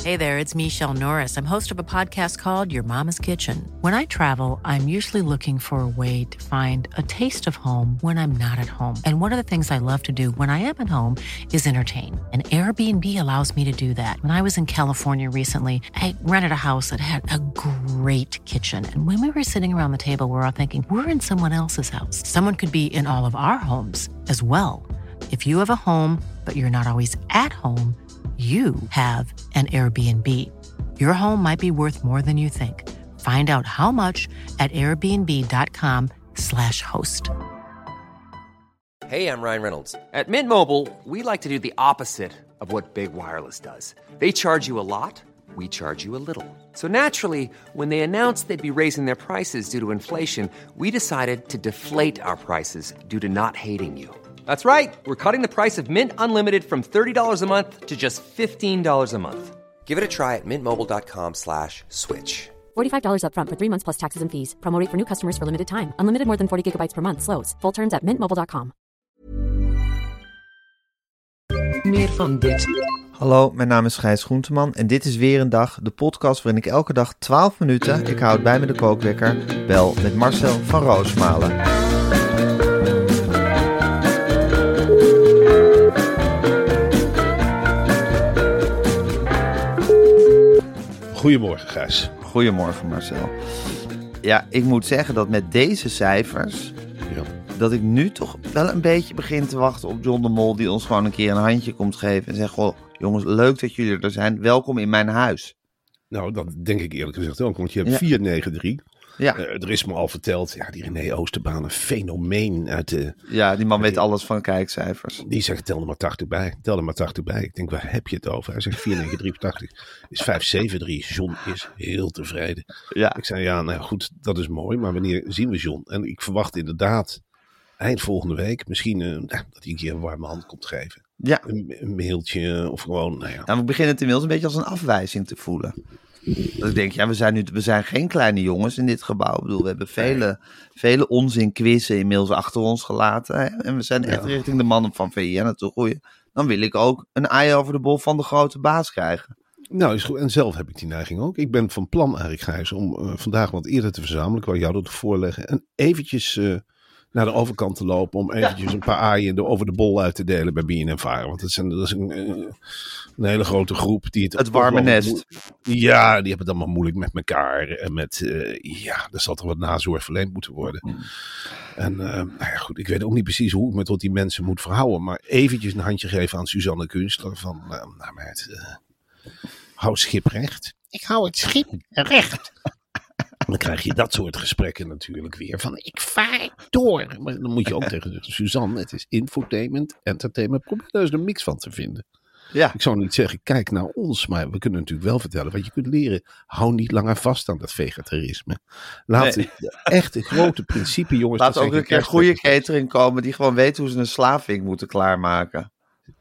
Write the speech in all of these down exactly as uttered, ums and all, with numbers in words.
Hey there, it's Michelle Norris. I'm host of a podcast called Your Mama's Kitchen. When I travel, I'm usually looking for a way to find a taste of home when I'm not at home. And one of the things I love to do when I am at home is entertain. And Airbnb allows me to do that. When I was in California recently, I rented a house that had a great kitchen. And when we were sitting around the table, we were all thinking, we're in someone else's house. Someone could be in all of our homes as well. If you have a home, but you're not always at home, you have an Airbnb. Your home might be worth more than you think. Find out how much at airbnb.com slash host. Hey, I'm Ryan Reynolds. At Mint Mobile, we like to do the opposite of what Big Wireless does. They charge you a lot, we charge you a little. So naturally, when they announced they'd be raising their prices due to inflation, we decided to deflate our prices due to not hating you. That's right. We're cutting the price of Mint Unlimited from thirty dollars a month to just fifteen dollars a month. Give it a try at mintmobile.com slash switch. forty-five dollars up front for three months plus taxes and fees. Promo rate for new customers for limited time. Unlimited more than forty gigabytes per month. Slows full terms at mint mobile dot com. Meer van dit. Hallo, mijn naam is Gijs Groenteman en dit is weer een dag, de podcast waarin ik elke dag twaalf minuten, ik houd bij me de kookwekker, bel met Marcel van Roosmalen. Goedemorgen, Gijs. Goedemorgen, Marcel. Ja, ik moet zeggen dat met deze cijfers, ja. dat ik nu toch wel een beetje begin te wachten op John de Mol, die ons gewoon een keer een handje komt geven en zegt, goh, jongens, leuk dat jullie er zijn, welkom in mijn huis. Nou, dat denk ik eerlijk gezegd ook, want je hebt ja. vier negen drie. Ja. Uh, er is me al verteld, ja, die René Oosterbaan, een fenomeen uit de... Ja, die man weet die, alles van kijkcijfers. Die zegt, tel er maar tachtig bij, tel er maar tachtig bij. Ik denk, waar heb je het over? Hij zegt vier negen drie tachtig is vijf zeven drie. John is heel tevreden. Ja. Ik zei, ja, nou goed, dat is mooi, maar wanneer zien we John? En ik verwacht inderdaad, eind volgende week, misschien uh, dat hij een keer een warme hand komt geven. Ja. Een, een mailtje of gewoon, nou ja. Nou, we beginnen het inmiddels een beetje als een afwijzing te voelen. Dat ik denk, ja, we zijn nu, we zijn geen kleine jongens in dit gebouw. Ik bedoel, we hebben vele, nee. vele onzinquizzen inmiddels achter ons gelaten. Hè? En we zijn echt ja. richting de mannen van V I aan het groeien. Dan wil ik ook een ei over de bol van de grote baas krijgen. Nou, is goed. En zelf heb ik die neiging ook. Ik ben van plan eigenlijk, Gijs, om uh, vandaag wat eerder te verzamelen. Ik wou jou dat voorleggen. En eventjes uh, naar de overkant te lopen. Om eventjes ja. een paar aaien de, over de bol uit te delen bij B N N Vara. Want dat, zijn, dat is een, uh, een hele grote groep. Die het, het warme nest. Mo- ja, die hebben het allemaal moeilijk met elkaar. En met, uh, ja, er zal toch wat nazorg verleend moeten worden. Mm. En uh, nou ja, goed, ik weet ook niet precies hoe ik me tot die mensen moet verhouden. Maar eventjes een handje geven aan Suzanne Kunstler. Van, uh, nou meid, uh, hou het schip recht. Ik hou het schip recht. Dan krijg je dat soort gesprekken natuurlijk weer. Van, ik vaar door. Maar dan moet je ook tegen Suzanne, het is infotainment, entertainment. Probeer daar eens een mix van te vinden. Ja. Ik zou niet zeggen, kijk naar ons. Maar we kunnen natuurlijk wel vertellen wat je kunt leren. Hou niet langer vast aan dat vegetarisme. Laat nee. het echte grote principe, jongens. Laat ook een keer goede catering komen die gewoon weet hoe ze een slaving moeten klaarmaken.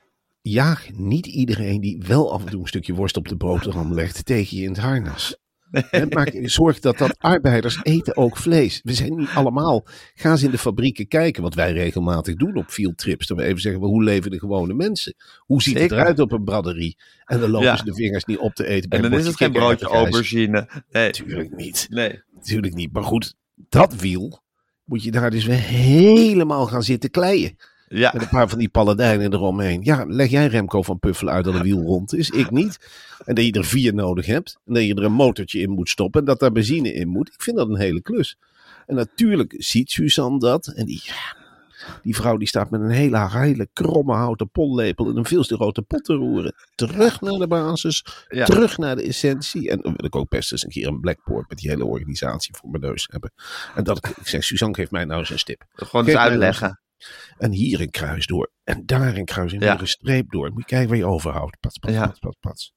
Jaag niet iedereen die wel af en toe een stukje worst op de boterham legt tegen je in het harnas. Nee. Maar zorg dat dat arbeiders eten ook vlees. We zijn niet allemaal. Ga eens in de fabrieken kijken. Wat wij regelmatig doen op fieldtrips. Dat we even zeggen, hoe leven de gewone mensen? Hoe ziet Zeker. het eruit op een braderie? En dan lopen ja. ze de vingers niet op te eten. Bij en dan is het geen broodje aubergine. Nee. Tuurlijk niet. Nee. Tuurlijk niet. Maar goed, dat wiel moet je daar dus weer helemaal gaan zitten kleien. Ja. Met een paar van die paladijnen eromheen. Ja, leg jij Remco van Puffelen uit dat een wiel rond is. Ik niet. En dat je er vier nodig hebt. En dat je er een motortje in moet stoppen. En dat daar benzine in moet. Ik vind dat een hele klus. En natuurlijk ziet Suzanne dat. En die, die vrouw die staat met een hele, hele kromme houten pollepel in een veel te grote pot te roeren. Terug naar de basis. Ja. Terug naar de essentie. En dan wil ik ook best eens een keer een Blackboard met die hele organisatie voor mijn neus hebben. En dat ik, ik zeg, Suzanne, geef mij nou eens een stip. Gewoon eens uitleggen. En hier een kruis door. En daar een kruis en ja. hier een streep door. Moet je kijken waar je overhoudt. Pats, pats, ja. pats, pats, pats.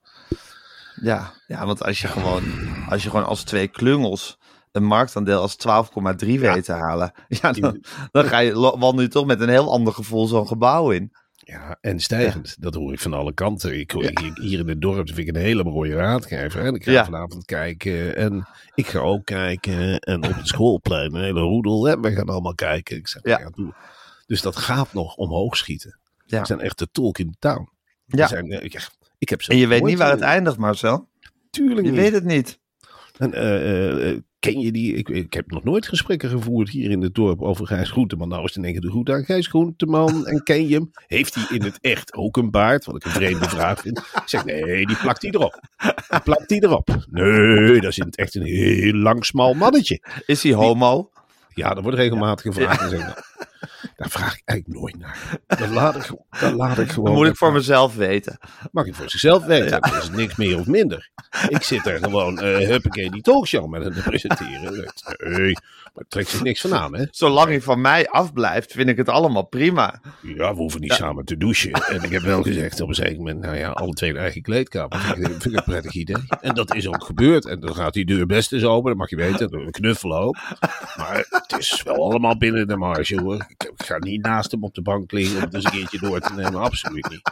Ja, ja, want als je gewoon als je gewoon als twee klungels een marktaandeel als twaalf komma drie ja. weet te halen. Ja, dan, dan ga je wandel je toch met een heel ander gevoel zo'n gebouw in. Ja, en stijgend. Ja. Dat hoor ik van alle kanten. Ik hoor ja. hier in het dorp vind ik een hele mooie raadgever. En ik ga ja. vanavond kijken. En ik ga ook kijken. En op het schoolplein een hele roedel. En we gaan allemaal kijken. Ik zeg, ja. ja, doe. Dus dat gaat nog omhoog schieten. Ja. We zijn echt de talk in de town. Ja. Zijn, ja, Ik heb en je weet niet waar het eindigt, Marcel. Tuurlijk je niet. Je weet het niet. En, uh, uh, ken je die? Ik, ik heb nog nooit gesprekken gevoerd hier in het dorp over Gijs Groenteman. Nou is in één keer de groet aan Gijs Groenteman. En ken je hem? Heeft hij in het echt ook een baard? Wat ik een vreemde vraag vind. Ik zeg, nee, die plakt hij erop. Die plakt hij erop. Nee, dat is in het echt een heel lang, smal mannetje. Is hij homo? Die, ja, dat wordt regelmatig gevraagd. Ja. Zeg maar. Daar vraag ik eigenlijk nooit naar. Dat laat ik, dat laat ik gewoon. Dat moet ik voor mezelf weten. Mag ik voor zichzelf weten. Ja. Dat is niks meer of minder. Ik zit er gewoon, uh, huppakee, die talkshow met hem te presenteren. Nee, maar trekt zich niks van aan, hè. Zolang hij van mij afblijft, vind ik het allemaal prima. Ja, we hoeven niet ja. samen te douchen. En ik heb wel gezegd op een zeker moment, nou ja, alle twee de eigen kleedkamer. Dat vind ik een prettig idee. En dat is ook gebeurd. En dan gaat die deur best eens open, dat mag je weten. We knuffelen ook. Maar het is wel allemaal binnen de marge, hoor. Ik, ik ga niet naast hem op de bank liggen om het eens een keertje door te nemen. Absoluut niet.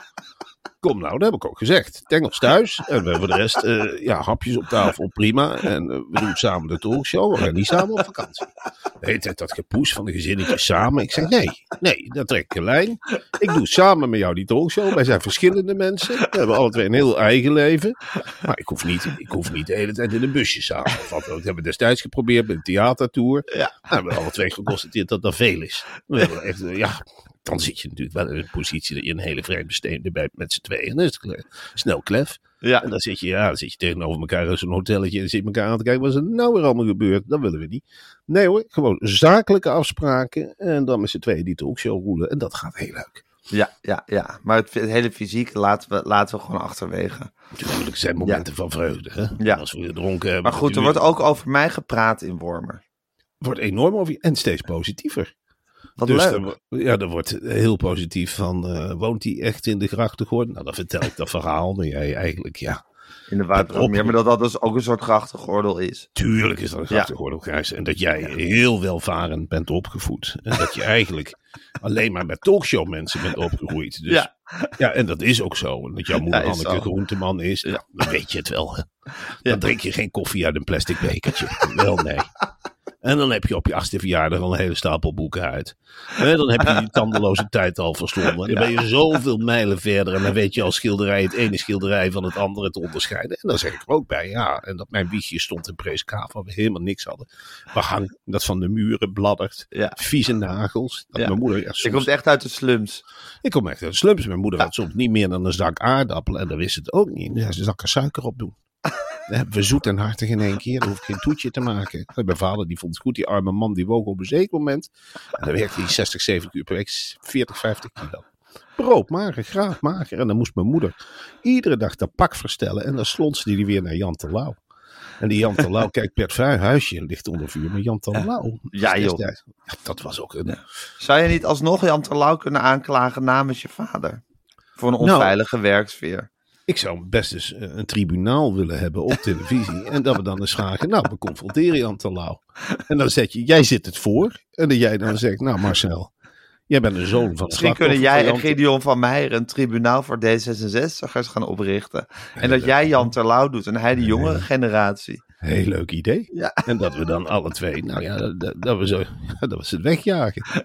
Kom nou, dat heb ik ook gezegd. Tengels thuis. En we hebben de rest, uh, ja, hapjes op tafel, prima. En uh, we doen samen de talkshow. We gaan niet samen op vakantie. De hele tijd dat gepoes van de gezinnetjes samen. Ik zeg, nee, nee, dat trek ik een lijn. Ik doe samen met jou die talkshow. Wij zijn verschillende mensen. We hebben alle twee een heel eigen leven. Maar ik hoef niet, ik hoef niet de hele tijd in een busje samen. Dat hebben we destijds geprobeerd met een theatertour. Ja. Nou, we hebben alle twee geconstateerd dat dat veel is. We hebben echt, uh, ja... Dan zit je natuurlijk wel in een positie dat je een hele vreemde steen erbij hebt met z'n tweeën. En dan is het kle- snel klef. Ja. En dan zit je, ja, dan zit je tegenover elkaar in zo'n hotelletje en zit je elkaar aan te kijken. Wat is er nou weer allemaal gebeurd? Dat willen we niet. Nee hoor, gewoon zakelijke afspraken en dan met z'n tweeën die talkshow roelen. En dat gaat heel leuk. Ja, ja, ja. Maar het, het hele fysiek laten we, laten we gewoon achterwege. Natuurlijk zijn momenten ja. van vreugde. Hè? Ja. Als we dronken hebben. Maar goed, er wordt ook over mij gepraat in Wormer. Wordt enorm over je en steeds positiever. Wat dus leuk. Er, ja, er wordt heel positief van, uh, woont hij echt in de grachtengordel? Nou, dan vertel ik dat verhaal. Dat jij eigenlijk, ja... In de Watermeer, maar dat dat dus ook een soort grachtengordel is. Tuurlijk is dat een grachtengordel, Gijs. En dat jij heel welvarend bent opgevoed. En dat je eigenlijk alleen maar met talkshow mensen bent opgegroeid. Dus, ja. ja, en dat is ook zo. En dat jouw moeder ja, Hanneke zo. Groenteman is, ja. dan weet je het wel. Hè? Dan ja. drink je geen koffie uit een plastic bekertje. Wel, nee. En dan heb je op je achtste verjaardag al een hele stapel boeken uit. En dan heb je die tandeloze tijd al verslonden. En dan ben je zoveel mijlen verder. En dan weet je als schilderij het ene schilderij van het andere te onderscheiden. En dan zeg ik er ook bij, ja. En dat mijn wiegje stond in Preeskaaf, waar we helemaal niks hadden. Behang, dat van de muren bladdert. Ja. Vieze nagels. Dat ja. Mijn moeder, ja, soms... Je komt echt uit de slums. Ik kom echt uit de slums. Mijn moeder ja. had soms niet meer dan een zak aardappelen. En dan wist het ook niet. Ja, ze zak er suiker op doen. Dan hebben we zoet en hartig in één keer. Dan hoef ik geen toetje te maken. Mijn vader die vond het goed. Die arme man die woog op een zeker moment. En dan werkte hij zestig, zeventig uur per week. veertig, vijftig kilo. Brood mager, graag mager. En dan moest mijn moeder iedere dag dat pak verstellen. En dan slonste hij weer naar Jan Terlouw. En die Jan Terlouw, kijk, per huisje ligt onder vuur. Maar Jan Terlouw. Ja, joh. Ja, dat was ook een... Ja. Zou je niet alsnog Jan Terlouw kunnen aanklagen namens je vader? Voor een onveilige nou, werksfeer. Ik zou best eens een tribunaal willen hebben op televisie. En dat we dan eens vragen, nou, we confronteren Jan Terlouw. En dan zet je, jij zit het voor. En dat jij dan zegt, nou Marcel, jij bent een zoon van een Misschien kunnen jij en Gideon van Meijer een tribunaal voor D zesenzestigers gaan oprichten. En heel dat jij Jan Terlouw doet en hij de jongere heel, generatie. Heel leuk idee. Ja. En dat we dan alle twee, nou ja, dat, dat we zo, dat we ze wegjagen.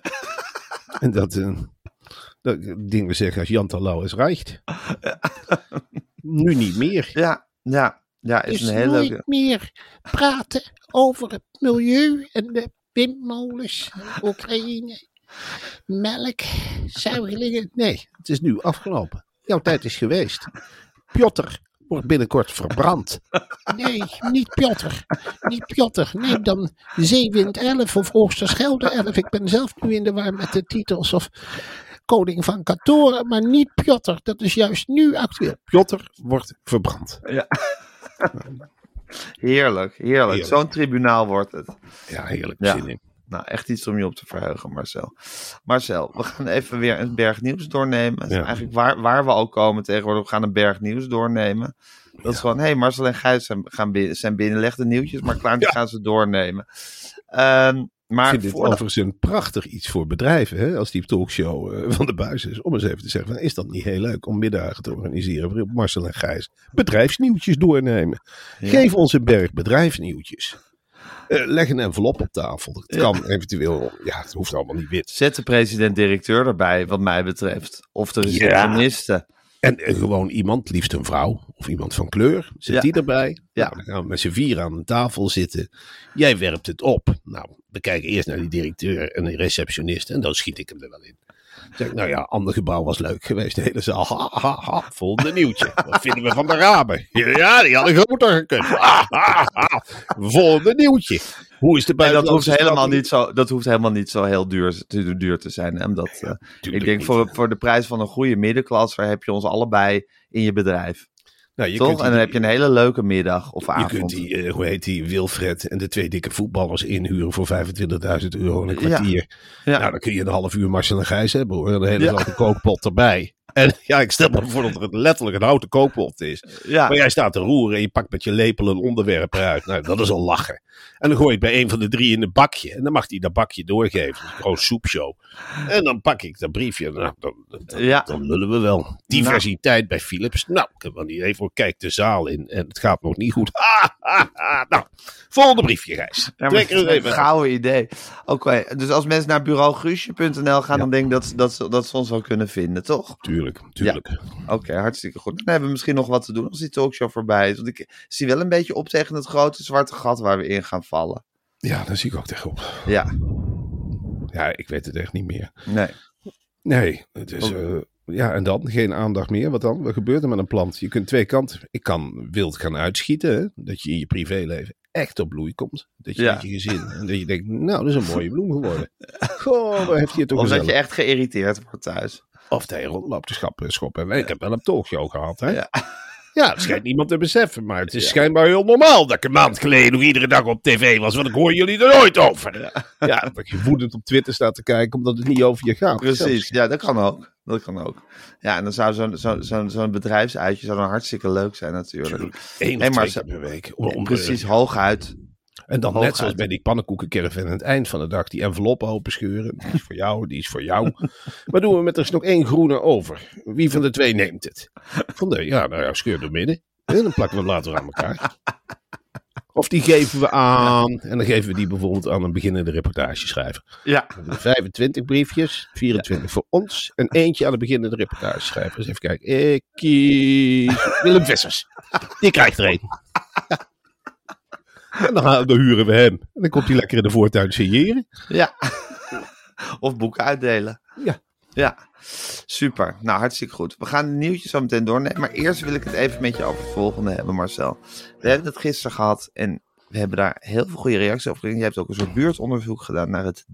En dat... Uh, Dat ding we zeggen als Jan Terlouw is reicht. Ja. Nu niet meer. Ja, ja, ja. Is dus een hele nooit leuke... meer praten over het milieu en de windmolens, Oekraïne, melk, zuigelingen. Nee, het is nu afgelopen. Jouw tijd is geweest. Piotr wordt binnenkort verbrand. Nee, niet Piotr. Niet Piotr. Neem dan Zeewind elf of Oosterschelde elf. Ik ben zelf nu in de war met de titels of... Koning van Katoren, maar niet Piotr. Dat is juist nu actueel. Piotr wordt verbrand. Ja. Heerlijk, heerlijk, heerlijk. Zo'n tribunaal wordt het. Ja, heerlijk. Ja. Zin in. Nou, echt iets om je op te verheugen, Marcel. Marcel, we gaan even weer een berg nieuws doornemen. Ja. Eigenlijk waar, waar we ook komen tegenwoordig, we gaan een berg nieuws doornemen. Dat ja. is gewoon, hé, hey, Marcel en Gijs zijn, gaan binnen, zijn binnenlegde nieuwtjes, maar klaar, die ja. gaan ze doornemen. Um, Maar ik vind dit voordat... overigens een prachtig iets voor bedrijven, hè, als die talkshow uh, van de Buis is. Om eens even te zeggen, van, is dat niet heel leuk om middagen te organiseren waarop Marcel en Gijs bedrijfsnieuwtjes doornemen. Ja. Geef ons een berg bedrijfsnieuwtjes. Uh, leg een envelop op tafel. Het kan ja. eventueel, ja, het hoeft allemaal niet wit. Zet de president-directeur erbij, wat mij betreft. Of de receptioniste. Ja. En uh, gewoon iemand, liefst een vrouw of iemand van kleur, zit Ja. die erbij. Ja. Nou, dan gaan we met z'n vier aan een tafel zitten. Jij werpt het op. Nou, we kijken eerst naar die directeur en de receptionist en dan schiet ik hem er wel in. Dan zeg ik, nou ja, ander gebouw was leuk geweest. De hele zaal, ha, ha, ha. Volgende nieuwtje. Wat vinden we van de ramen? Ja, die hadden groter gekund. Ha, ha, ha. Volgende nieuwtje. Hoe is de En dat hoeft, buitenlandse helemaal stad? niet zo, dat hoeft helemaal niet zo heel duur te, duur te zijn. Hè? Omdat, uh, ik denk niet. voor, voor de prijs van een goede middenklasse heb je ons allebei in je bedrijf. Nou, je Toch? kunt die- En dan heb je een hele leuke middag of Je avond. kunt die, uh, hoe heet die, Wilfred en de twee dikke voetballers inhuren voor vijfentwintigduizend euro in een Ja. kwartier. Ja. Nou, dan kun je een half uur Marcel en Gijs hebben hoor. En een hele Ja. grote kookpot erbij. En ja, ik stel me voor dat het letterlijk een houten kookpot is. Ja. Maar jij staat te roeren en je pakt met je lepel een onderwerp eruit. Nou, dat is al lachen. En dan gooi je het bij een van de drie in een bakje. En dan mag hij dat bakje doorgeven. Dat is een groot soepshow. En dan pak ik dat briefje. Nou, dan, dan, Ja. dan lullen we wel. Diversiteit bij Philips. Nou, ik heb wel niet even kijk de zaal in. En het gaat nog niet goed. Ah, ah, ah. Nou, volgende briefje, Gijs. Ja, Trek er eens maar even een uit. gouden idee. Oké, dus als mensen naar bureau guusje punt n l gaan, Ja. dan denk ik dat, dat, ze- dat ze ons wel kunnen vinden, toch? Tuurlijk, tuurlijk. Oké, hartstikke goed. Dan hebben we misschien nog wat te doen als die talkshow voorbij is. Want ik zie wel een beetje op tegen het grote zwarte gat waar we in gaan vallen. Ja, daar zie ik ook tegenop. Ja, Ja, ik weet het echt niet meer. nee. Nee, het is... eh, ja, en dan? Geen aandacht meer. Wat dan? Wat gebeurt er met een plant? Je kunt twee kanten... Ik kan wild gaan uitschieten, hè? Dat je in je privéleven echt op bloei komt. Dat je Ja. met je gezin... En dat je denkt, nou, dat is een mooie bloem geworden. Goh, wat heeft hij het toch Of dat gezellig. je echt geïrriteerd wordt thuis. Of dat je rondloopt te schappen, schoppen. En ik heb wel een talkshow gehad, hè? Ja. Ja, dat schijnt niemand te beseffen. Maar het is schijnbaar heel normaal dat ik een maand geleden nog iedere dag op tv was. Want ik hoor jullie er nooit over. Ja, ja dat je woedend op Twitter staat te kijken omdat het niet over je gaat. Precies, ja, dat kan ook. Dat kan ook. Ja, en dan zou zo'n zo, zo, zo'n bedrijfsuitje zou dan hartstikke leuk zijn natuurlijk. Eén of Hey, maar twee ze- keer per week. Om- om- Precies, hooguit. En dan net hooguit. zoals bij die pannenkoekencaravan aan het eind van de dag die enveloppen openscheuren. Die is voor jou, die is voor jou. Maar doen we met er is nog één groene over. Wie van de twee neemt het? Van de, ja, nou ja, scheur door midden. En dan plakken we hem later aan elkaar. Of die geven we aan. En dan geven we die bijvoorbeeld aan een beginnende reportageschrijver. Ja, We hebben vijfentwintig briefjes, vierentwintig voor ons en eentje aan de beginnende reportageschrijver. Dus even kijken. Ik kies Willem Vissers. Die krijgt er één. En dan, gaan, dan huren we hem. En dan komt hij lekker in de voortuin signeren. ja. Of boeken uitdelen. Ja. Ja, super. Nou, hartstikke goed. We gaan de nieuwtjes zo meteen doornemen. Maar eerst wil ik het even met je over het volgende hebben, Marcel. We hebben het gisteren gehad en we hebben daar heel veel goede reacties over gekregen. Je hebt ook een soort buurtonderzoek gedaan naar het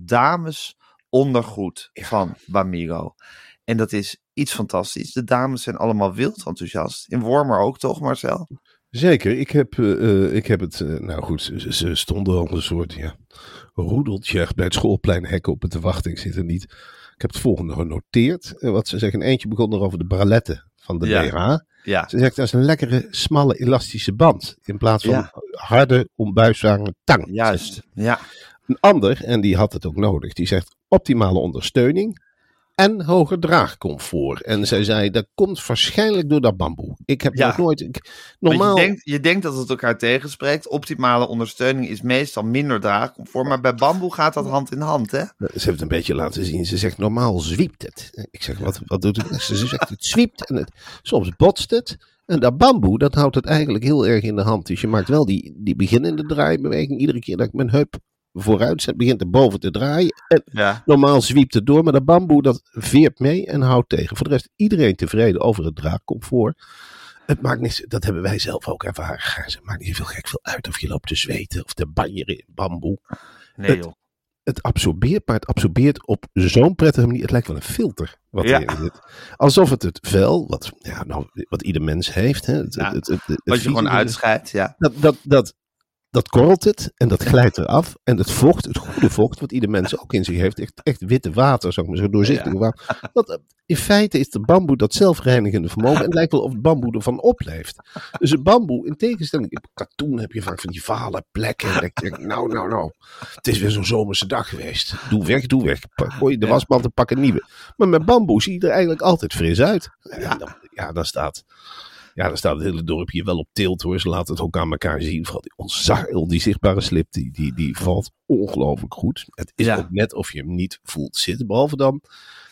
damesondergoed van Bamigo. En dat is iets fantastisch. De dames zijn allemaal wild enthousiast. In Wormer ook, toch, Marcel? Zeker, ik heb, uh, ik heb het, uh, nou goed, ze, ze stonden al een soort ja, roedeltje bij het schoolpleinhek op het te wachten. Ik zit er niet. Ik heb het volgende genoteerd. Uh, wat ze zeggen, eentje begon er over de braletten van de Ja. B H. Ja. Ze zegt, dat is een lekkere, smalle, elastische band. In plaats van Ja. harde, onbuigbare tang. Juist, ja. Een ander, en die had het ook nodig, die zegt optimale ondersteuning en hoger draagcomfort. En zij zei, dat komt waarschijnlijk door dat bamboe. Ik heb Ja. nog nooit... Ik, Want normaal... Je denkt, je denkt dat het elkaar tegenspreekt. Optimale ondersteuning is meestal minder draagcomfort. Maar bij bamboe gaat dat hand in hand, hè? Ze heeft het een beetje laten zien. Ze zegt, normaal zwiept het. Ik zeg, wat, wat doet het? Ze zegt, het zwiept en het, soms botst het. En dat bamboe, dat houdt het eigenlijk heel erg in de hand. Dus je maakt wel die, die beginnende draaibeweging. Iedere keer dat ik mijn heup vooruit zet, begint er boven te draaien. En Ja. normaal zwiept het door, maar dat bamboe, dat veert mee en houdt tegen. Voor de rest, iedereen tevreden over het draagcomfort. Het maakt niet, dat hebben wij zelf ook ervaren. Het maakt niet zoveel gek veel uit of je loopt te zweten of te banjeren in bamboe. Nee, Het- joh. Het absorbeert, maar het absorbeert op zo'n prettige manier. Het lijkt wel een filter wat Ja. erin zit. Alsof het het vel, wat, ja, nou, wat ieder mens heeft. Hè, het, Ja. het, het, het, Wat je gewoon vieze- uitscheidt, ja. Dat, dat, dat, dat korrelt het en dat glijdt eraf. En het vocht, het goede vocht, wat ieder mens ook in zich heeft. Echt, echt witte water, zeg maar, zo doorzichtig Ja. water. Dat, eh, in feite is de bamboe dat zelfreinigende vermogen. En het lijkt wel of het bamboe ervan opleeft. Dus het bamboe, in tegenstelling, op katoen heb je vaak van die vale plekken. En dan denk ik, nou, nou, nou. Het is weer zo'n zomerse dag geweest. Doe weg, doe weg. Pak- Gooi de wasmand en pak een nieuwe. Maar met bamboe zie je er eigenlijk altijd fris uit. Ja, dan, ja, dan staat... Ja, dan staat het hele dorpje wel op tilt hoor. Ze laten het ook aan elkaar zien. Vooral die onzagel, die zichtbare slip, die, die, die valt ongelooflijk goed. Het is Ja. ook net of je hem niet voelt zitten. Behalve dan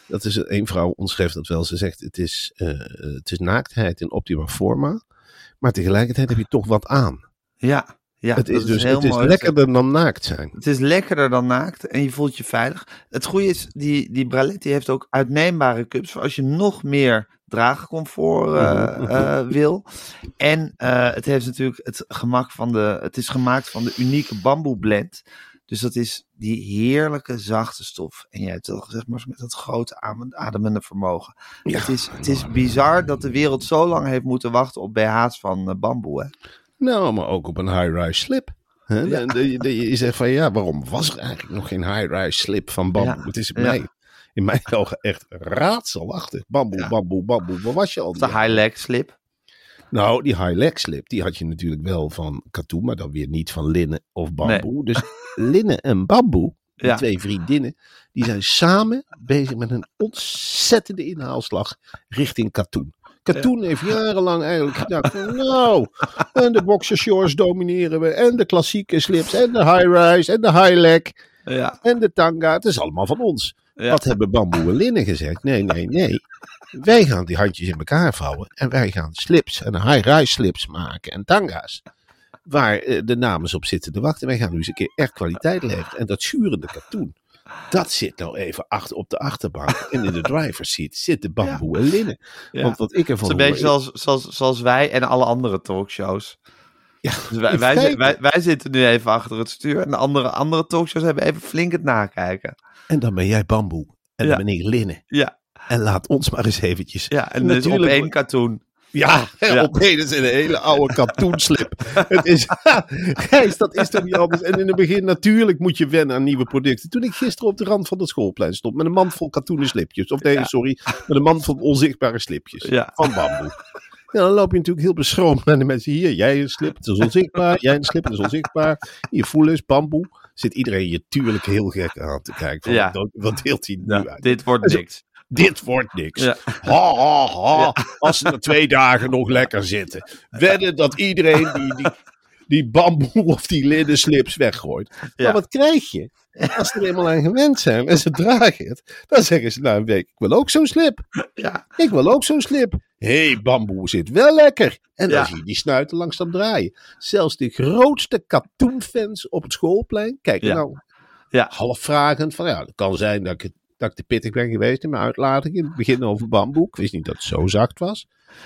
Dat is een vrouw omschreef dat wel. Ze zegt het is, uh, het is naaktheid in optima forma. Maar tegelijkertijd heb je toch wat aan. Ja. Ja, het is, is dus heel het is mooi. lekkerder dan naakt zijn. Het is lekkerder dan naakt en je voelt je veilig. Het goede is, die, die bralette die heeft ook uitneembare cups voor als je nog meer draagcomfort uh, uh, wil. En uh, het heeft natuurlijk het gemak van de, het is gemaakt van de unieke bamboe blend. Dus dat is die heerlijke zachte stof. En jij hebt het al gezegd, maar met dat grote ademende vermogen. Ja. Het, is, het is bizar dat de wereld zo lang heeft moeten wachten op B H's van uh, bamboe, hè? Nou, maar ook op een high-rise slip. Hè? Ja. De, de, je zegt van ja, waarom was er eigenlijk nog geen high-rise slip van bamboe? Ja. Het is in, ja. mij, in mijn ogen echt raadselachtig. Bamboe, ja. bamboe, bamboe. Waar was je al? De high-leg slip? Nou, die high-leg slip, die had je natuurlijk wel van katoen, maar dan weer niet van linnen of bamboe. Nee. Dus linnen en bamboe, die ja. twee vriendinnen, die zijn samen bezig met een ontzettende inhaalslag richting katoen. Katoen heeft jarenlang eigenlijk gedacht van nou, en de boxershorts domineren we, en de klassieke slips, en de high-rise, en de high-leg, ja. en de tanga. Het is allemaal van ons. Ja. Wat hebben bamboe en linnen gezegd? Nee, nee, nee. Wij gaan die handjes in elkaar vouwen en wij gaan slips en high-rise slips maken en tanga's. Waar uh, de dames op zitten te wachten. Wij gaan nu eens een keer echt kwaliteit leveren. En dat schurende katoen, dat zit nou even achter op de achterbank. En in de driver's seat zit de bamboe ja. en linnen. Ja. Want wat ik ervan Het is een beetje zoals, zoals, zoals wij en alle andere talkshows. Ja, dus wij, wij, wij, wij zitten nu even achter het stuur. En de andere, andere talkshows hebben even flink het nakijken. En dan ben jij bamboe. En ja. dan ben ik linnen. Ja. En laat ons maar eens eventjes. Ja, en dus op één katoen. Ja, ja. op één is een hele oude katoenslip. Het is, Gijs, dat is toch niet anders. En in het begin natuurlijk moet je wennen aan nieuwe producten. Toen ik gisteren op de rand van het schoolplein stond met een mand vol katoenen slipjes. Of nee, ja. sorry, met een mand van onzichtbare slipjes. Ja. Van bamboe. Ja, dan loop je natuurlijk heel beschroomd naar de mensen hier. Jij een slip, het is onzichtbaar. Jij een slip, het is onzichtbaar. Hier, voel eens, bamboe. Zit iedereen je tuurlijk heel gek aan te kijken. Van, ja. wat, wat deelt hij nu ja, uit? Dit wordt niks. Dit wordt niks. Ja. Ha, ha, ha. Ja. Als ze er twee dagen nog lekker zitten. Wedden dat iedereen die, die, die bamboe of die linnen slips weggooit. Ja. Maar wat krijg je? Als ze er eenmaal aan gewend zijn en ze dragen het, dan zeggen ze na een week, ik wil ook zo'n slip. Ja. Ik wil ook zo'n slip. Hé, hey, bamboe zit wel lekker. En dan ja. zie je die snuiten langzaam draaien. Zelfs de grootste katoenfans op het schoolplein kijken ja. nou ja. half vragend van ja, het kan zijn dat ik het dat ik te pittig ben geweest in mijn uitlating. In het begin over bamboe. Ik wist niet dat het zo zacht was.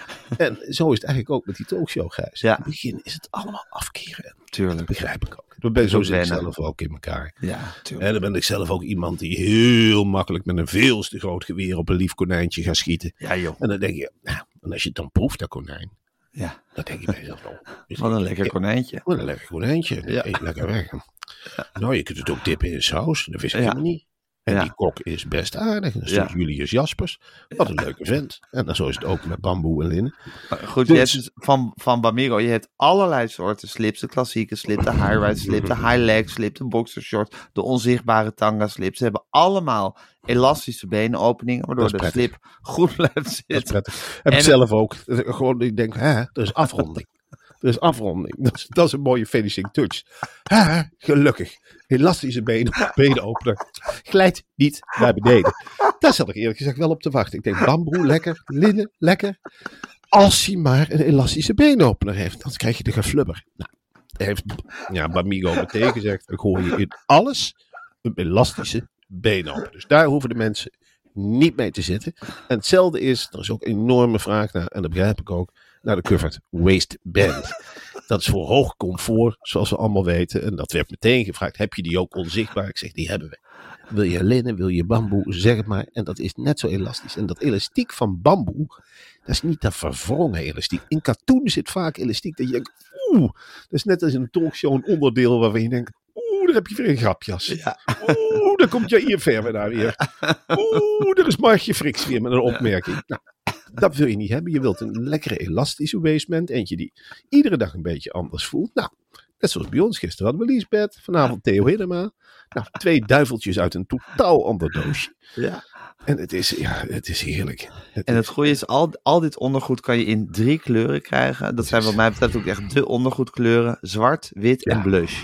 En zo is het eigenlijk ook met die talkshow, Gijs. Ja. In het begin is het allemaal afkeren. Tuurlijk. Dat begrijp ik ook. Dat ben zo zit ik zelf ook in elkaar. Ja, tuurlijk. En dan ben ik zelf ook iemand die heel makkelijk met een veel te groot geweer op een lief konijntje gaat schieten. Ja, joh. En dan denk je, nou, en als je het dan proeft, dat konijn. Ja. Dan denk je bij jezelf, oh, wat een lekker konijntje. Wat een lekker konijntje. Ja. Eet lekker weg. Ja. Nou, je kunt het ook dippen in saus. Dat wist ik ja. helemaal niet. En ja. die kok is best aardig. Dat is ja. Julius Jaspers. Wat een leuke vent. En dan zo is het ook met bamboe en linnen. Goed, dus, je hebt dus van, van Bamigo, je hebt allerlei soorten slips. De klassieke slip, de high-rise slip, de high-leg slip, de boxershort, de onzichtbare tanga slip. Ze hebben allemaal elastische benenopeningen, waardoor de prettig. slip goed blijft zitten. Dat is prettig. Heb ik zelf ook. Gewoon, ik denk, hè, er is afronding. Er is afronding. Dat is, dat is een mooie finishing touch. Ha, gelukkig. Elastische benen, benenopener. Glijdt niet naar beneden. Daar zat ik eerlijk gezegd wel op te wachten. Ik denk, bamboe, lekker. Linnen, lekker. Als hij maar een elastische benenopener heeft, dan krijg je de geflubber. Nou, hij heeft ja, Bamigo meteen gezegd, ik hoor je in alles een elastische benenopener. Dus daar hoeven de mensen niet mee te zitten. En hetzelfde is, er is ook een enorme vraag naar, en dat begrijp ik ook, naar de covered waistband. Dat is voor hoog comfort, zoals we allemaal weten. En dat werd meteen gevraagd, heb je die ook onzichtbaar? Ik zeg, die hebben we. Wil je linnen, wil je bamboe, zeg het maar. En dat is net zo elastisch. En dat elastiek van bamboe, dat is niet dat verwrongen elastiek. In katoen zit vaak elastiek dat je denkt, oeh, dat is net als in een talkshow een onderdeel waarvan je denkt, oeh, daar heb je weer een grapjas. Ja. Oeh, daar komt Jair Verwe daar weer. Oeh, daar is Margje Friks weer met een opmerking. Nou, dat wil je niet hebben. Je wilt een lekkere elastische waistband. Eentje die iedere dag een beetje anders voelt. Nou, net zoals bij ons. Gisteren hadden we Liesbeth. Vanavond Theo Hiddema. Nou, twee duiveltjes uit een totaal ander doosje. Ja. En het is, ja, het is heerlijk. Het en het is, goede is, al, al dit ondergoed kan je in drie kleuren krijgen. Dat zijn wat mij betreft ook echt de ondergoedkleuren. Zwart, wit ja. en blush.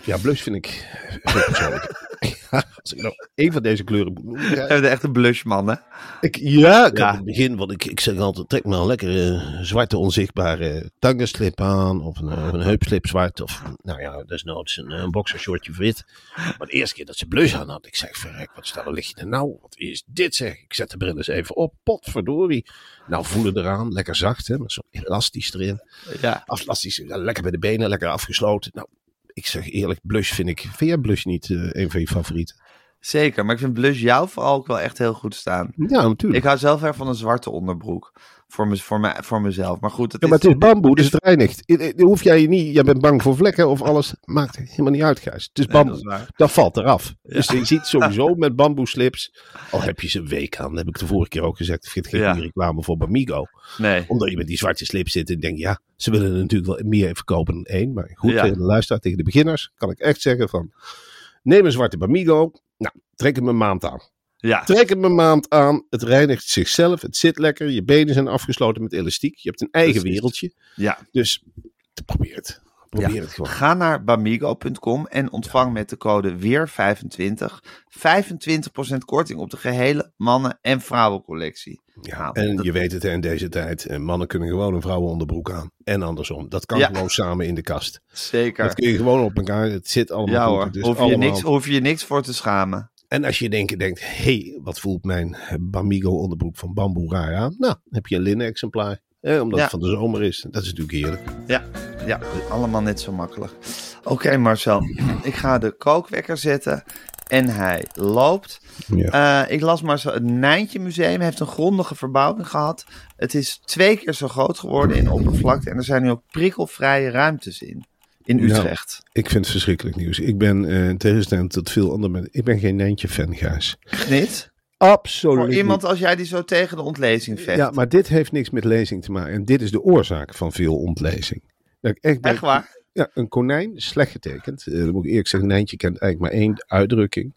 Ja, blush vind ik heel persoonlijk. Als ik nou een van deze kleuren moet noemen. Ja, de echte blushman, hè? Ik, ja, ik Ja. had in het begin, want ik, ik zeg altijd, trek maar een lekkere zwarte onzichtbare tangenslip aan. Of een, of een heupslip zwart. Of nou ja, desnoods een, een boxershortje wit. Maar de eerste keer dat ze blush aan had, ik zeg, verrek, wat staat er, lig je er nou? Wat is dit, zeg? Ik zet de bril eens even op, potverdorie. Nou, voelen eraan, lekker zacht, hè, met zo'n elastisch erin. Ja. Elastisch, ja, lekker bij de benen, lekker afgesloten. Nou, ik zeg eerlijk, blush vind ik, vind jij blush niet uh, een van je favorieten? Zeker, maar ik vind blush jou vooral ook wel echt heel goed staan. Ja, natuurlijk. Ik hou zelf erg van een zwarte onderbroek. Voor, me, voor, me, voor mezelf. Maar goed, het Ja, maar is, het is bamboe, dus het reinigt. Dan hoef jij je niet, jij bent bang voor vlekken of alles. Maakt helemaal niet uit, Gijs. Het is Nee, bamboe. dat is waar. Dat valt eraf. Ja. Dus je ziet sowieso met bamboe slips, al heb je ze een week aan, dat heb ik de vorige keer ook gezegd. Ik vind geen Ja. goede reclame voor Bamigo. Nee. Omdat je met die zwarte slip zit en denk, ja, ze willen er natuurlijk wel meer verkopen dan één. Maar goed, Ja. tegen de luisteraar, tegen de beginners, kan ik echt zeggen van, neem een zwarte Bamigo. Nou, trek hem een maand aan. Ja. Trek hem een maand aan. Het reinigt zichzelf. Het zit lekker. Je benen zijn afgesloten met elastiek. Je hebt een eigen Precies. wereldje. Ja. Dus probeer het. Probeer Ja. het gewoon. Ga naar bamigo punt com en ontvang met de code weer vijfentwintig vijfentwintig procent korting op de gehele mannen- en vrouwencollectie. Ja, Nou, en dat- je weet het, hè, in deze tijd. eh, Mannen kunnen gewoon een vrouwenonderbroek aan. En andersom. Dat kan Ja. gewoon samen in de kast. Zeker. Dat kun je gewoon op elkaar. Het zit allemaal Ja goed. hoor, Het is hoef je, allemaal- niks, hoef je niks voor te schamen. En als je denkt, denkt hé, hey, wat voelt mijn Bamigo onderbroek van bamboe raar aan? Nou, dan heb je een linnen exemplaar. Eh, omdat Ja. het van de zomer is. Dat is natuurlijk heerlijk. Ja, ja, allemaal net zo makkelijk. Oké Marcel, ik ga de kookwekker zetten en hij loopt. Ja. Uh, ik las maar zo, het Nijntje Museum heeft een grondige verbouwing gehad. Het is twee keer zo groot geworden in oppervlakte en er zijn nu ook prikkelvrije ruimtes in. In Utrecht. Nou, ik vind het verschrikkelijk nieuws. Ik ben, uh, in tegenstelling tot veel andere mensen, ik ben geen Nijntje-fan, Gijs. Echt niet? Absoluut Voor iemand niet. als jij die zo tegen de ontlezing vecht. Ja, maar dit heeft niks met lezing te maken. En dit is de oorzaak van veel ontlezing. Dat ik echt, denk, Echt waar? Ja, een konijn, slecht getekend. Uh, dan moet ik eerlijk zeggen, Nijntje kent eigenlijk maar één uitdrukking.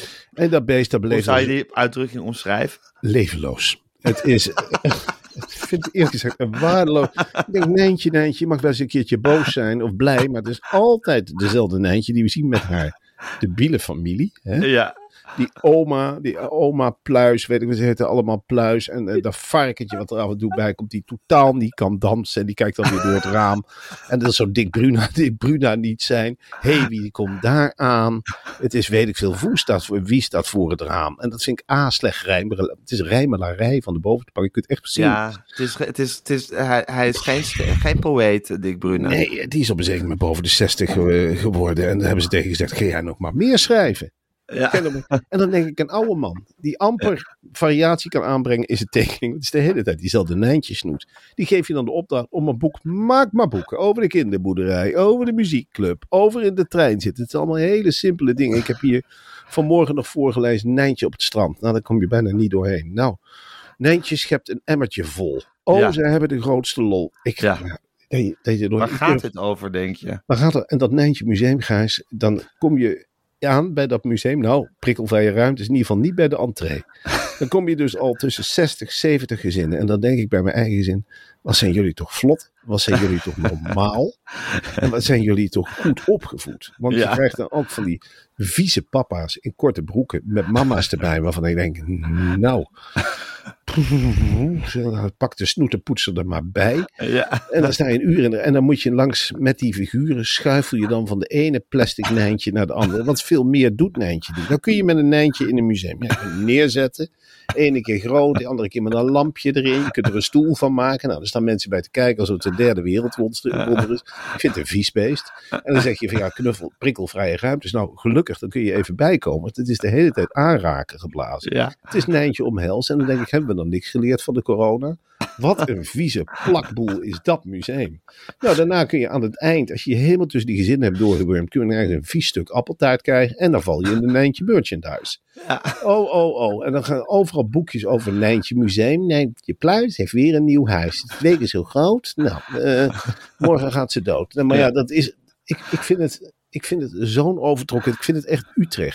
En dat beest, dat Hoe beleeft zou je die uitdrukking omschrijven? levenloos. Het is, ik vind het eerlijk gezegd een waardeloos. Ik denk, Nijntje, Nijntje, je mag wel eens een keertje boos zijn of blij, maar het is altijd dezelfde Nijntje die we zien met haar debiele familie. Hè? Ja. Die oma, die oma Pluis, weet ik wat ze heten, allemaal Pluis. En uh, dat varkentje wat er af en toe bij komt, die totaal niet kan dansen. En die kijkt dan weer door het raam. En dat zou Dick Bruna, Dick Bruna niet zijn. Hé, hey, wie komt daar aan? Het is, weet ik veel, wie staat, voor, wie staat voor het raam? En dat vind ik A, slecht rijmen. Het is rijmelarij van de bovenbank. Je kunt het echt zien. Ja, het is, het is, het is, hij, hij is geen, geen poëet, Dick Bruna. Nee, die is op een zeker moment boven de zestig uh, geworden. En dan hebben ze tegen gezegd, ga jij nog maar meer schrijven? Ja. En dan denk ik, een oude man die amper variatie kan aanbrengen in zijn tekening. Het is de hele tijd diezelfde Nijntje snoet. Die geef je dan de opdracht om een boek, maak maar boeken. Over de kinderboerderij, over de muziekclub, over in de trein zitten. Het zijn allemaal hele simpele dingen. Ik heb hier vanmorgen nog voorgelezen, Nijntje op het strand. Nou, daar kom je bijna niet doorheen. Nou, Nijntje schept een emmertje vol. Oh, Ja. ze hebben de grootste lol. Ik, Ja. ja, dat je, dat je door, Waar ik gaat durf- het over, denk je? Dan gaat er, en dat Nijntje Museum, Gijs, dan kom je aan bij dat museum. Nou, prikkelvrije ruimte is in ieder geval niet bij de entree. Dan kom je dus al tussen zestig, zeventig gezinnen. En dan denk ik bij mijn eigen gezin, wat zijn jullie toch vlot? Wat zijn jullie toch normaal? En wat zijn jullie toch goed opgevoed? Want Ja. je krijgt dan ook van die vieze papa's in korte broeken met mama's erbij, waarvan ik denk, nou, pak de snoetenpoetser er maar bij. Ja. En dan sta je een uur in de, en dan moet je langs met die figuren schuifel je dan van de ene plastic Nijntje naar de andere. Wat veel meer doet Nijntje doen. Dan kun je met een Nijntje in een museum. Ja, je kunt hem neerzetten. Ene keer groot, de andere keer met een lampje erin. Je kunt er een stoel van maken. Nou, er staan mensen bij te kijken alsof het een derde wereldwonder is. Ik vind het een vies beest. En dan zeg je van ja, knuffel, prikkelvrije ruimtes. Nou, gelukkig, dan kun je even bijkomen. Want het is de hele tijd aanraken geblazen. Ja. Het is Nijntje omhelzen. En dan denk ik, hebben we dan niks geleerd van de corona? Wat een vieze plakboel is dat museum. Nou, daarna kun je aan het eind, als je helemaal tussen die gezinnen hebt doorgewurmd, kun je ergens een vies stuk appeltaart krijgen. En dan val je in de Nijntje merchandise. Ja. Oh, oh, oh. En dan gaan overal boekjes over Nijntje Museum. Nijntje Pluis heeft weer een nieuw huis. Het week is heel groot. Nou, uh, morgen gaat ze dood. Maar ja, dat is, ik, ik vind het, ik vind het zo'n overtrokken. Ik vind het echt Utrechts.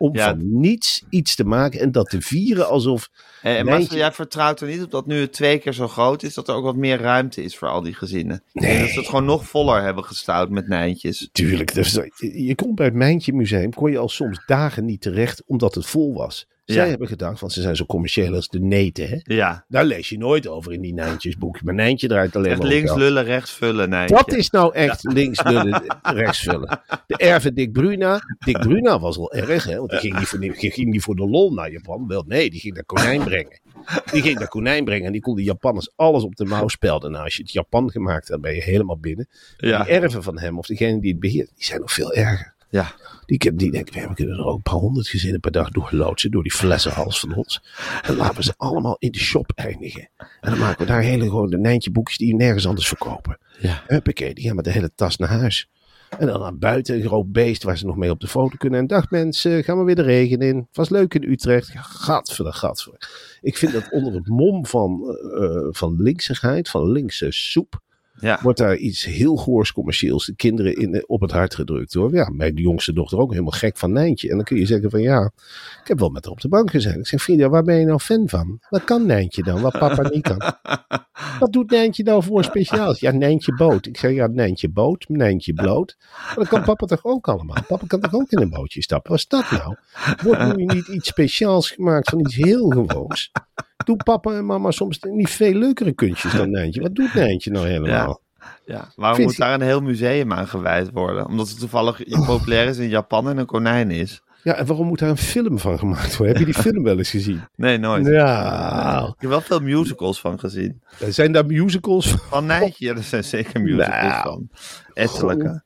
Om Ja. van niets iets te maken en dat te vieren alsof... En, en Nijntje- Marcel, jij vertrouwt er niet op dat nu het twee keer zo groot is, dat er ook wat meer ruimte is voor al die gezinnen. Nee. Dat ze het gewoon nog voller hebben gestouwd met Nijntjes. Tuurlijk, dus, je kon bij het Mijntje Museum, kon je al soms dagen niet terecht omdat het vol was. Zij Ja. hebben gedacht, want ze zijn zo commercieel als de neten, hè? Ja. Daar lees je nooit over in die Nijntjesboekje. Maar Nijntje draait alleen Echt maar om links geld. lullen, rechts vullen, Nijntje. Dat is nou echt links lullen, rechts vullen. De erve Dick Bruna. Dick Bruna was wel erg, hè? Want die ging niet voor, die ging niet voor de lol naar Japan. Wel, nee, die ging naar konijn brengen. Die ging naar konijn brengen en die kon de Japanners alles op de mouw spelden. Nou, als je het Japan gemaakt hebt, ben je helemaal binnen. Ja. Die erven van hem, of degene die het beheert, die zijn nog veel erger. Ja. Die, die denken, we kunnen er ook een paar honderd gezinnen per dag doorloodsen door die flessenhals van ons. En laten we ze allemaal in de shop eindigen. En dan maken we daar hele gewone Nijntje-boekjes die je nergens anders verkopen. Ja. Huppakee, die gaan met de hele tas naar huis. En dan naar buiten, een groot beest waar ze nog mee op de foto kunnen. En dag mensen, gaan we weer de regen in. Het was leuk in Utrecht. Ja, gadver, gadver. Ik vind dat onder het mom van, uh, van linksigheid, van linkse soep, Ja. wordt daar iets heel goors commercieels de kinderen in, op het hart gedrukt hoor. Ja, mijn jongste dochter ook helemaal gek van Nijntje. En dan kun je zeggen van ja, ik heb wel met haar op de bank gezeten. Ik zeg, Frida, waar ben je nou fan van? Wat kan Nijntje dan, wat papa niet kan? Wat doet Nijntje nou voor speciaals? Ja, Nijntje boot. Ik zeg, ja, Nijntje boot, Nijntje bloot. Maar dat kan papa toch ook allemaal? Papa kan toch ook in een bootje stappen? Wat is dat nou? Wordt nu niet iets speciaals gemaakt van iets heel gewoons? Doe papa en mama soms niet veel leukere kunstjes dan Nijntje? Wat doet Nijntje nou helemaal? Ja, waarom Vind moet je- daar een heel museum aan gewijd worden? Omdat het toevallig populair is in Japan en een konijn is. Ja, en waarom moet daar een film van gemaakt worden? Heb je die film wel eens gezien? Nee, nooit. Ja, Ik heb wel veel musicals van gezien. zijn daar musicals van? Van Nijntje, ja, er zijn zeker musicals Nou. van. Ettelijke.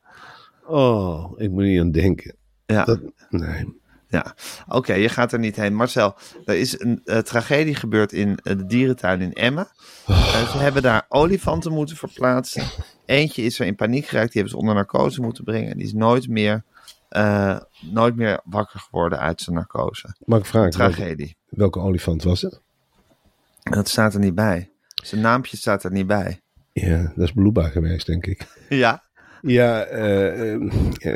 Oh, ik moet niet aan denken. Ja, Dat, nee. ja. Oké, je gaat er niet heen. Marcel, er is een uh, tragedie gebeurd in uh, de dierentuin in Emmen. Uh, ze hebben daar olifanten moeten verplaatsen. Eentje is er in paniek geraakt, die hebben ze onder narcose moeten brengen. En die is nooit meer, uh, nooit meer wakker geworden uit zijn narcose. Mag ik vragen, welke, Tragedie. welke olifant was het? Dat staat er niet bij. Zijn naampje staat er niet bij. Ja, dat is Bluba geweest, denk ik. Ja. Ja, eh, eh,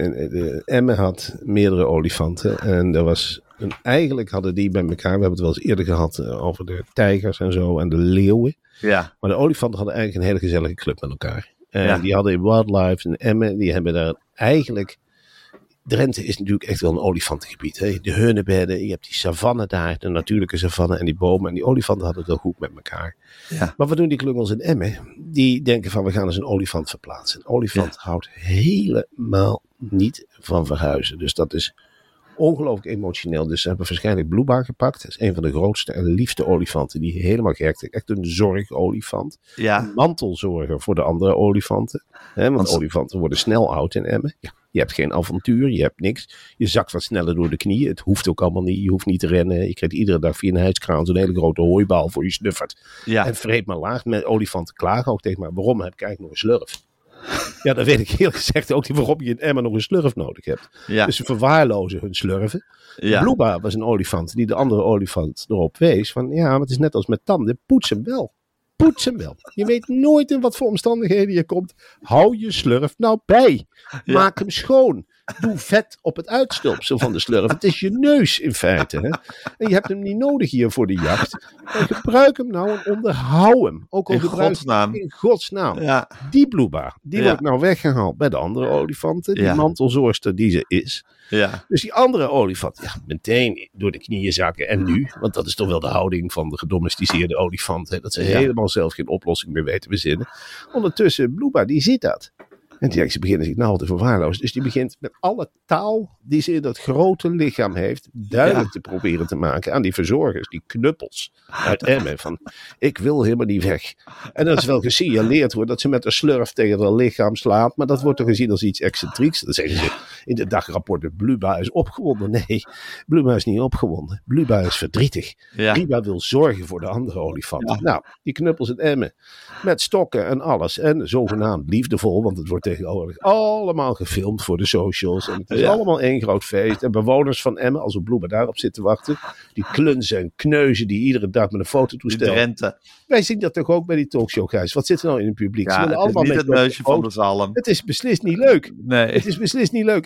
eh, Emmen had meerdere olifanten. En er was een, eigenlijk hadden die bij elkaar, we hebben het wel eens eerder gehad eh, over de tijgers en zo en de leeuwen. Ja. Maar de olifanten hadden eigenlijk een hele gezellige club met elkaar. En Ja. die hadden in Wildlife en Emmen, die hebben daar eigenlijk... Drenthe is natuurlijk echt wel een olifantengebied. Hè? De hunebedden, je hebt die savanne daar, de natuurlijke savanne en die bomen. En die olifanten hadden het wel goed met elkaar. Ja. Maar wat doen die klungels in Emmen? Die denken van, we gaan eens een olifant verplaatsen. Een olifant houdt helemaal niet van verhuizen. Dus dat is ongelooflijk emotioneel. Dus ze hebben waarschijnlijk Bluba gepakt. Dat is een van de grootste en liefste olifanten die helemaal gek is. Echt een zorgolifant. Ja. Een mantelzorger voor de andere olifanten. Hè, want Want- olifanten worden snel oud in Emmen. Ja, je hebt geen avontuur, je hebt niks. Je zakt wat sneller door de knieën. Het hoeft ook allemaal niet. Je hoeft niet te rennen. Je krijgt iedere dag via een hijskraan zo'n hele grote hooibaal voor je snuffert. Ja. En vreet maar laag. Met olifanten klagen ook tegen mij. Waarom heb ik eigenlijk nog een slurf? Ja, dat weet ik eerlijk gezegd ook niet waarom je in Emmen nog een slurf nodig hebt. Ja. Dus ze verwaarlozen hun slurven. Ja. Bluba was een olifant die de andere olifant erop wees. Van ja, maar het is net als met tanden. Poets hem wel. Poets hem wel. Je weet nooit in wat voor omstandigheden je komt. Hou je slurf nou bij. Maak hem schoon. Doe vet op het uitstulpsel van de slurf. Het is je neus in feite. Hè? En je hebt hem niet nodig hier voor de jacht. En gebruik hem nou en onderhoud hem. Ook al In gebruik je- godsnaam. In godsnaam. Ja. Die Bluba, die Ja. wordt nou weggehaald bij de andere olifanten. Die Ja. mantelzorgster die ze is. Ja. Dus die andere olifant, ja, meteen door de knieën zakken. En nu? Want dat is toch wel de houding van de gedomesticeerde olifant. Hè? Dat ze Ja. helemaal zelf geen oplossing meer weten verzinnen. Ondertussen, Bluba, die ziet dat. En die, ze beginnen zich nou al te verwaarlozen. Dus die begint met alle taal die ze in dat grote lichaam heeft, duidelijk Ja. te proberen te maken aan die verzorgers, die knuppels uit Emmen. Van, ik wil helemaal niet weg. En dat is wel gesignaleerd wordt dat ze met een slurf tegen haar lichaam slaat. Maar dat wordt toch gezien als iets excentrieks. Dan zeggen ze in de dagrapporten, Bluba is opgewonden. Nee, Bluba is niet opgewonden. Bluba is verdrietig. Ja. Bluba wil zorgen voor de andere olifanten. Nou, die knuppels in Emmen. Met stokken en alles. En zogenaamd liefdevol, want het wordt tegenwoordig allemaal gefilmd voor de socials. En het is Ja. allemaal één groot feest. En bewoners van Emmen, als op Bluba daarop zitten wachten, die klunzen en kneuzen die iedere dag met een De fototoestel. Drenthe. Wij zien dat toch ook bij die talkshow, Gijs. Wat zit er nou in het publiek? Ze Ja, willen het is allemaal niet met het neusje van de foto's. zalm. Het is beslist niet leuk. Nee. Het is beslist niet leuk.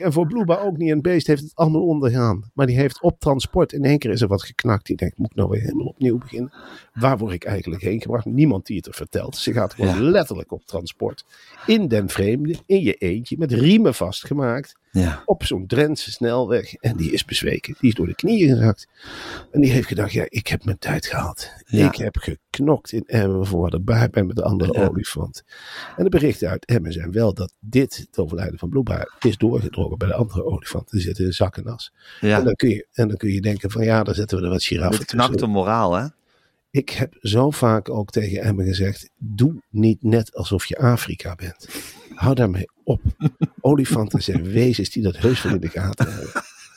en voor Blueba ook niet. Een beest heeft het allemaal ondergaan. Maar die heeft op transport, in één keer is er wat geknakt. Die denkt, moet ik nou weer helemaal opnieuw beginnen? Waar word ik eigenlijk heen gebracht? Niemand die het er vertelt. Ze gaat gewoon ja. letterlijk op transport. In den vreemde, in je eentje, met riemen vastgemaakt. Ja. Op zo'n Drentse snelweg. En die is bezweken. Die is door de knieën gezakt. En die heeft gedacht, ja, ik heb mijn tijd gehad. Ja. Ik heb geknokt in Emmen voor wat erbij ben met de andere ja. olifant. En de berichten uit Emmen zijn wel dat dit, het overlijden van Blueba, is doorgedrongen bij de andere olifanten. Die zitten in zak en as. Ja. En, dan kun je, en dan kun je denken van ja, dan zetten we er wat giraffen tussen. Het knakt de moraal, hè? Ik heb zo vaak ook tegen Emmen gezegd, doe niet net alsof je Afrika bent. Hou daarmee op. Olifanten zijn wezens die dat heus wel in de gaten hebben.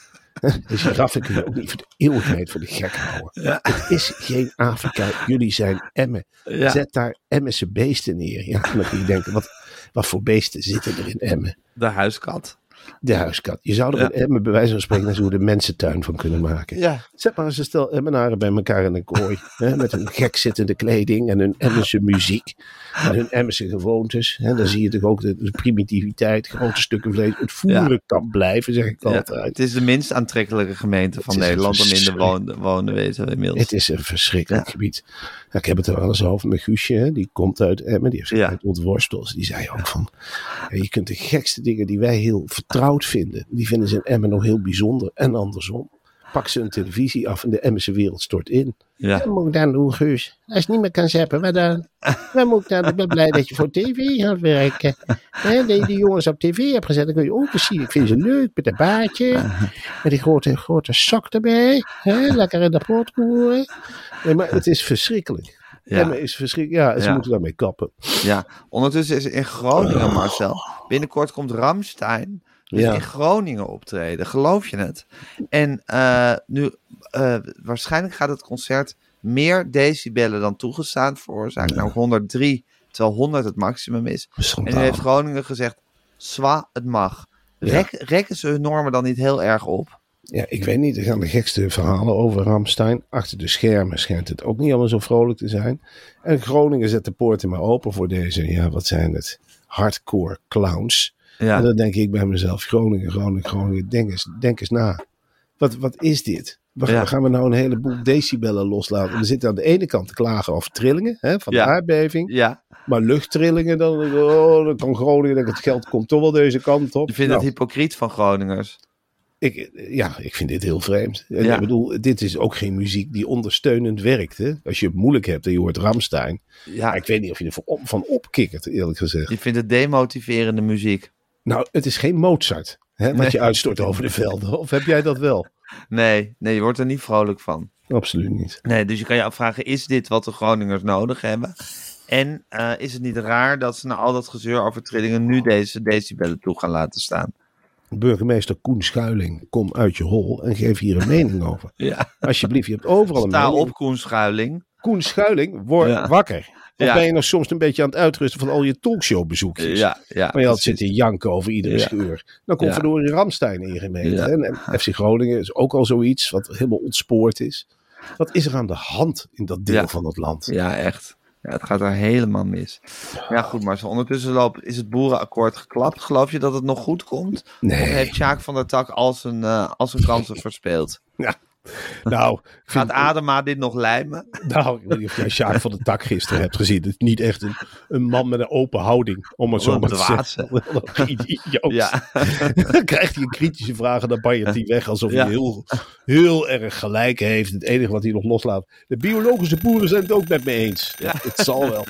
De giraffen kun je ook niet voor de eeuwigheid voor de gek houden. Ja. Het is geen Afrika. Jullie zijn Emmen. Ja. Zet daar Emmense beesten neer. Ja, dan kun je denken, wat, wat voor beesten zitten er in Emmen? De huiskat. De huiskat. Je zou er ja. in Emmen bij wijze van spreken zo de mensentuin van kunnen maken. Ja. Zet maar eens een stel Emmenaren bij elkaar in een kooi. Hè, met hun gek zittende kleding en hun Emmense muziek. En hun Emmense gewoontes. Hè, dan zie je toch ook de, de primitiviteit, grote stukken vlees. Het voeren ja. kan blijven, zeg ik altijd. Ja, het is de minst aantrekkelijke gemeente van Nederland om in de wonen, wonen wezen inmiddels. Het is een verschrikkelijk ja. gebied. Ja, ik heb het er wel eens over met Guusje. Hè, die komt uit Emmen. Die heeft zich ja. uit ontworsteld. Die zei ook van, ja, je kunt de gekste dingen die wij heel vertrouwd vinden. Die vinden ze in Emmen nog heel bijzonder. En andersom. Pak ze een televisie af en de Emmense wereld stort in. Ja. Wat moet ik dan doen, Guus? Als je niet meer kan zappen, wat dan? Wat moet ik dan? Ik ben blij dat je voor tv gaat werken. He, dat je die jongens op tv hebt gezet. Dan kun je ook eens zien. Ik vind ze leuk met een baardje. Met die grote, grote sok erbij. He, lekker in de pot roeren. Nee, maar het is verschrikkelijk. Ja. Emmen is verschrikkelijk. Ja, ze ja. moeten daarmee kappen. Ja, ondertussen is er in Groningen, Marcel. Binnenkort komt Rammstein dus ja. in Groningen optreden. Geloof je het? En uh, nu, uh, waarschijnlijk gaat het concert meer decibellen dan toegestaan veroorzaken. Ja. Nou, honderddrie, terwijl honderd het maximum is. Schandaal. En nu heeft Groningen gezegd, zwa, het mag. Rek, ja. Rekken ze hun normen dan niet heel erg op? Ja, ik weet niet. Er gaan de gekste verhalen over Rammstein. Achter de schermen schijnt het ook niet allemaal zo vrolijk te zijn. En Groningen zet de poorten maar open voor deze, ja, wat zijn het? Hardcore clowns. Ja. En dan denk ik bij mezelf, Groningen, Groningen, Groningen, denk eens, denk eens na. Wat, wat is dit? We, ja. gaan we nou een heleboel decibellen loslaten? We zitten aan de ene kant te klagen over trillingen, hè, van ja. de aardbeving. Ja. Maar luchttrillingen, dan, oh, dan kan Groningen denken, het geld komt toch wel deze kant op. Je vindt nou, het hypocriet van Groningers? Ik, ja, ik vind dit heel vreemd. Ja. Ik bedoel, dit is ook geen muziek die ondersteunend werkt. Hè? Als je het moeilijk hebt en je hoort Rammstein. Ja. Ik weet niet of je er van, van opkikkert, eerlijk gezegd. Je vindt het demotiverende muziek? Nou, het is geen Mozart, hè, wat nee. je uitstort over de velden. Of heb jij dat wel? Nee, nee, je wordt er niet vrolijk van. Absoluut niet. Nee, dus je kan je afvragen, is dit wat de Groningers nodig hebben? En uh, is het niet raar dat ze na al dat gezeur over trillingen nu deze decibellen toe gaan laten staan? Burgemeester Koen Schuiling, kom uit je hol en geef hier een mening over. Ja. Alsjeblieft, je hebt overal een Sta mening. op, Koen Schuiling. Koen Schuiling, word ja. wakker. Of ja. ben je nog soms een beetje aan het uitrusten van al je talkshowbezoekjes? Ja, ja, maar je had zitten janken over iedere ja. scheur. Dan komt ja. verdorie Rammstein in je gemeente. Ja. En, en F C Groningen is ook al zoiets wat helemaal ontspoord is. Wat is er aan de hand in dat deel ja. van het land? Ja, echt. Ja, het gaat er helemaal mis. Ja, goed, maar zo ondertussen loopt, is het boerenakkoord geklapt. Geloof je dat het nog goed komt? Nee. Of heeft Sjaak van der Tak al zijn, uh, al zijn kansen verspeeld? Ja. Nou, gaat Adema dit nog lijmen? Nou, ik weet niet of jij Sjaak van der Tak gisteren hebt gezien. Het is niet echt een, een man met een open houding, om het zo maar te zeggen. Ja. Dan krijgt hij een kritische vraag en dan banjert hij weg alsof ja. hij heel, heel erg gelijk heeft. Het enige wat hij nog loslaat. De biologische boeren zijn het ook met me eens. Ja. Het zal wel.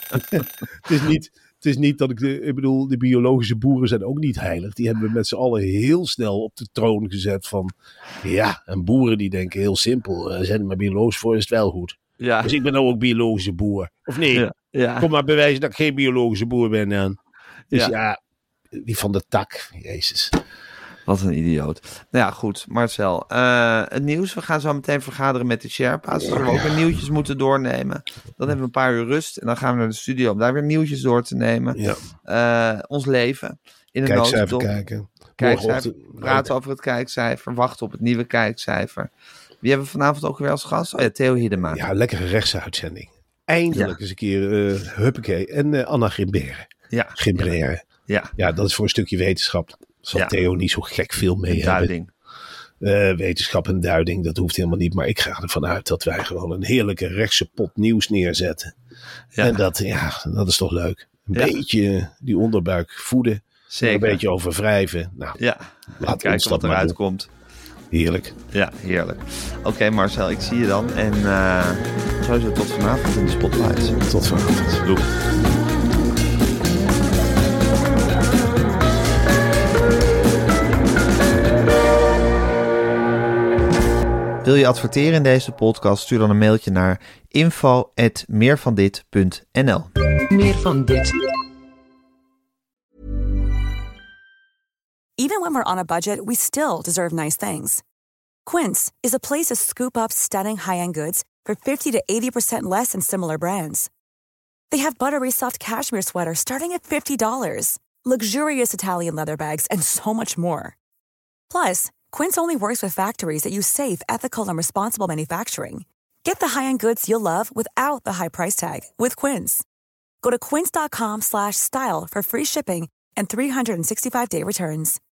Het is niet... Het is niet dat ik, de, ik bedoel, de biologische boeren zijn ook niet heilig. Die hebben we met z'n allen heel snel op de troon gezet van, ja, en boeren die denken heel simpel, uh, zijn er maar biologisch voor, is het wel goed. Ja. Dus ik ben nou ook biologische boer. Of nee, ja. Ja. Kom maar bewijzen dat ik geen biologische boer ben dan. Dus ja, ja die van de Tak, jezus. Wat een idioot. Nou ja, goed, Marcel. Uh, het nieuws, we gaan zo meteen vergaderen met de Sherpa's. Dus we ook weer nieuwtjes moeten doornemen. Dan hebben we een paar uur rust. En dan gaan we naar de studio om daar weer nieuwtjes door te nemen. Ja. Uh, ons leven. In een kijkcijfer kijken. Kijkcijfer. Praten over het kijkcijfer. Wachten op het nieuwe kijkcijfer. Wie hebben we vanavond ook weer als gast? Oh ja, Theo Hiddema. Ja, lekkere rechtsuitzending. Eindelijk ja. eens een keer, uh, huppakee. En uh, Anna Gimberen. Ja. Gimberen. Ja. Ja. ja, dat is voor een stukje wetenschap. Zal Ja. Theo niet zo gek veel mee Een hebben. duiding. Uh, wetenschap en duiding, dat hoeft helemaal niet. Maar ik ga ervan uit dat wij gewoon een heerlijke rechtse pot nieuws neerzetten. Ja. En dat, ja, dat is toch leuk. Een Ja. beetje die onderbuik voeden. Zeker. Een beetje over wrijven. Nou, Ja, laat ons kijken dat wat maar eruit doen. komt. Heerlijk. Ja, heerlijk. Oké okay, Marcel, ik zie je dan. En uh, sowieso tot vanavond in de Spotlights. Tot vanavond. Doei. Wil je adverteren in deze podcast? Stuur dan een mailtje naar info at meervandit punt n l. Meer van dit. Even when we're on a budget, we still deserve nice things. Quince is a place to scoop up stunning high-end goods for fifty to eighty percent less than similar brands. They have buttery soft cashmere sweaters starting at fifty dollars, luxurious Italian leather bags, and so much more. Plus, Quince only works with factories that use safe, ethical, and responsible manufacturing. Get the high-end goods you'll love without the high price tag with Quince. Go to quince dot com slash style for free shipping and three sixty-five day returns.